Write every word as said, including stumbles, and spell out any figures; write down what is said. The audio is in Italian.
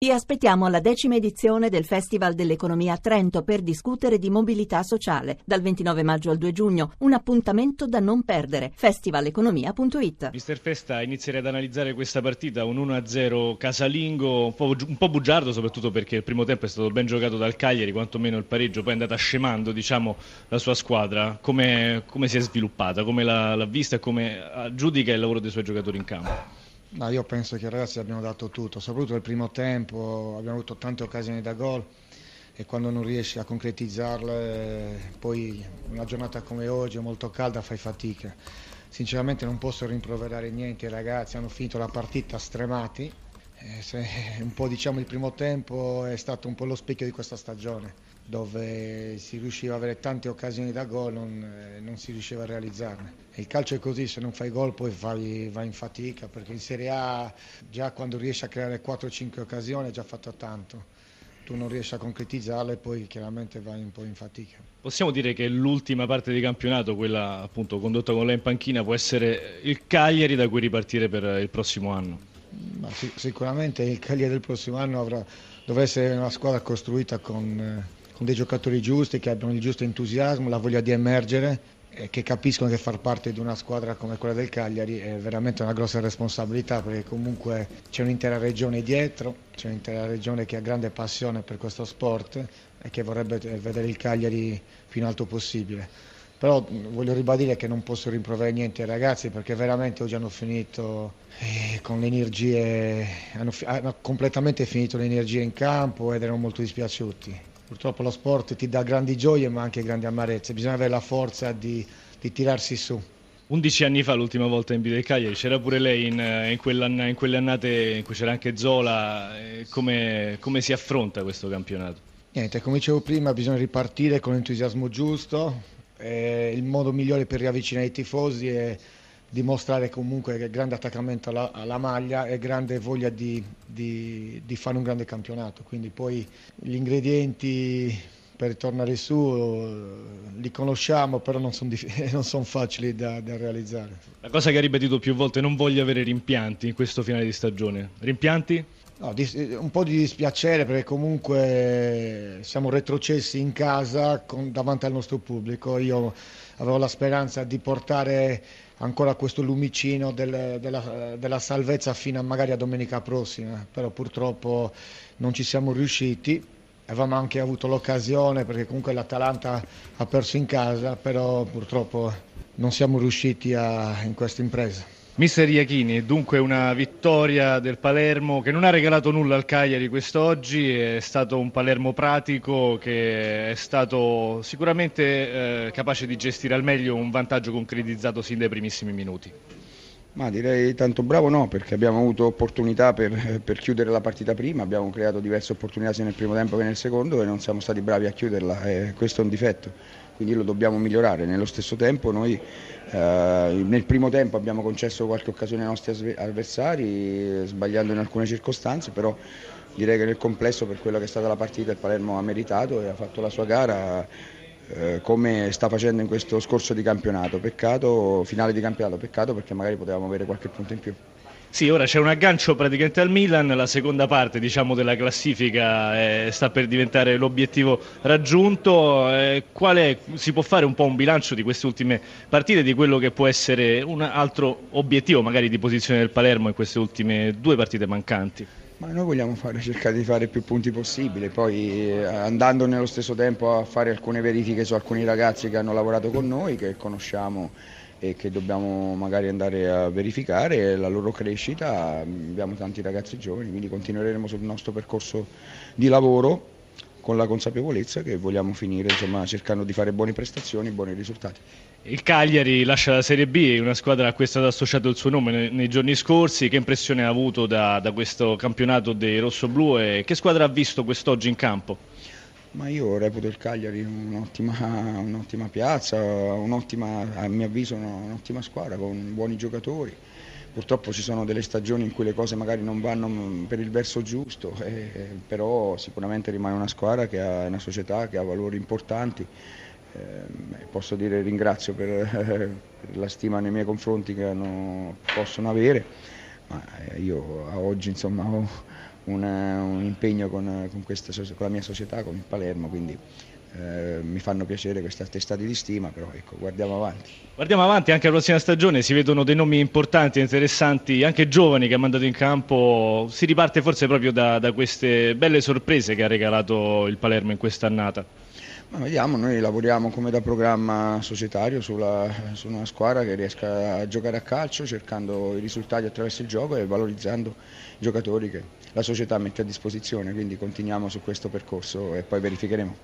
Vi aspettiamo alla decima edizione del Festival dell'Economia a Trento per discutere di mobilità sociale. Dal ventinove maggio al due giugno, un appuntamento da non perdere. festivaleconomia punto it. Mister Festa, inizierei ad analizzare questa partita, un uno a zero casalingo, un po', un po' bugiardo soprattutto perché il primo tempo è stato ben giocato dal Cagliari, quantomeno il pareggio, poi è andata scemando diciamo, la sua squadra. Come, come si è sviluppata, come l'ha, l'ha vista e come giudica il lavoro dei suoi giocatori in campo? No, io penso che i ragazzi abbiano dato tutto, soprattutto nel primo tempo, abbiamo avuto tante occasioni da gol e quando non riesci a concretizzarle, poi una giornata come oggi, molto calda, fai fatica. Sinceramente non posso rimproverare niente, i ragazzi hanno finito la partita stremati, eh, se, un po' diciamo il primo tempo è stato un po' lo specchio di questa stagione, dove si riusciva ad avere tante occasioni da gol, non, eh, non si riusciva a realizzarne. E il calcio è così, se non fai gol poi vai, vai in fatica, perché in Serie A già quando riesci a creare quattro cinque occasioni hai già fatto tanto. Tu non riesci a concretizzarle e poi chiaramente vai un po' in fatica. Possiamo dire che l'ultima parte di campionato, quella appunto condotta con lei in panchina, può essere il Cagliari da cui ripartire per il prossimo anno? Ma sic- sicuramente il Cagliari del prossimo anno avrà, dovrà essere una squadra costruita con... Eh, con dei giocatori giusti, che abbiano il giusto entusiasmo, la voglia di emergere e che capiscono che far parte di una squadra come quella del Cagliari è veramente una grossa responsabilità, perché comunque c'è un'intera regione dietro, c'è un'intera regione che ha grande passione per questo sport e che vorrebbe vedere il Cagliari più in alto possibile. Però voglio ribadire che non posso rimproverare niente ai ragazzi, perché veramente oggi hanno finito eh, con le energie, hanno, hanno completamente finito le energie in campo ed erano molto dispiaciuti. Purtroppo lo sport ti dà grandi gioie ma anche grandi amarezze, bisogna avere la forza di, di tirarsi su. undici anni fa, l'ultima volta in B del Cagliari, c'era pure lei in, in, in quelle annate in cui c'era anche Zola. Come, come si affronta questo campionato? Niente, come dicevo prima, bisogna ripartire con l'entusiasmo giusto, eh, il modo migliore per riavvicinare i tifosi è dimostrare comunque che grande attaccamento alla, alla maglia e grande voglia di, di, di fare un grande campionato, quindi poi gli ingredienti per tornare su li conosciamo, però non sono non son facili da, da realizzare. La cosa che ha ripetuto più volte: non voglio avere rimpianti in questo finale di stagione. Rimpianti? No, un po' di dispiacere, perché comunque siamo retrocessi in casa con, davanti al nostro pubblico. Io avevo la speranza di portare ancora questo lumicino del, della, della salvezza fino a magari a domenica prossima, però purtroppo non ci siamo riusciti. Avevamo anche avuto l'occasione, perché comunque l'Atalanta ha perso in casa, però purtroppo non siamo riusciti a, in questa impresa. Mister Iachini, dunque una vittoria del Palermo che non ha regalato nulla al Cagliari quest'oggi, è stato un Palermo pratico che è stato sicuramente eh, capace di gestire al meglio un vantaggio concretizzato sin dai primissimi minuti. Ma direi tanto bravo no, perché abbiamo avuto opportunità per, per chiudere la partita prima, abbiamo creato diverse opportunità sia nel primo tempo che nel secondo e non siamo stati bravi a chiuderla, e questo è un difetto, quindi lo dobbiamo migliorare. Nello stesso tempo noi eh, nel primo tempo abbiamo concesso qualche occasione ai nostri avversari, sbagliando in alcune circostanze, però direi che nel complesso, per quella che è stata la partita, il Palermo ha meritato e ha fatto la sua gara eh, come sta facendo in questo scorso di campionato. Peccato, finale di campionato, peccato perché magari potevamo avere qualche punto in più. Sì, ora c'è un aggancio praticamente al Milan, la seconda parte diciamo della classifica eh, sta per diventare l'obiettivo raggiunto. Eh, qual è, si può fare un po' un bilancio di queste ultime partite, di quello che può essere un altro obiettivo magari di posizione del Palermo in queste ultime due partite mancanti? Ma noi vogliamo fare, cercare di fare più punti possibile, poi eh, andando nello stesso tempo a fare alcune verifiche su alcuni ragazzi che hanno lavorato con noi, che conosciamo e che dobbiamo magari andare a verificare la loro crescita. Abbiamo tanti ragazzi giovani, quindi continueremo sul nostro percorso di lavoro con la consapevolezza che vogliamo finire insomma, cercando di fare buone prestazioni e buoni risultati. Il Cagliari lascia la Serie B, una squadra a cui è stato associato il suo nome nei, nei giorni scorsi. Che impressione ha avuto da, da questo campionato dei rossoblù e che squadra ha visto quest'oggi in campo? Ma io reputo il Cagliari un'ottima, un'ottima piazza, un'ottima, a mio avviso un'ottima squadra con buoni giocatori. Purtroppo ci sono delle stagioni in cui le cose magari non vanno per il verso giusto, eh, però sicuramente rimane una squadra che ha una società che ha valori importanti. Eh, posso dire ringrazio per, eh, per la stima nei miei confronti che hanno, possono avere, ma io a oggi insomma ho un, un impegno con, con, questa, con la mia società, con il Palermo, quindi eh, mi fanno piacere questi attestati di stima, però ecco, guardiamo avanti. Guardiamo avanti, anche la prossima stagione si vedono dei nomi importanti, interessanti, anche giovani che ha mandato in campo. Si riparte forse proprio da, da queste belle sorprese che ha regalato il Palermo in quest'annata. Ma vediamo, noi lavoriamo come da programma societario sulla, su una squadra che riesca a giocare a calcio, cercando i risultati attraverso il gioco e valorizzando i giocatori che la società mette a disposizione, quindi continuiamo su questo percorso e poi verificheremo.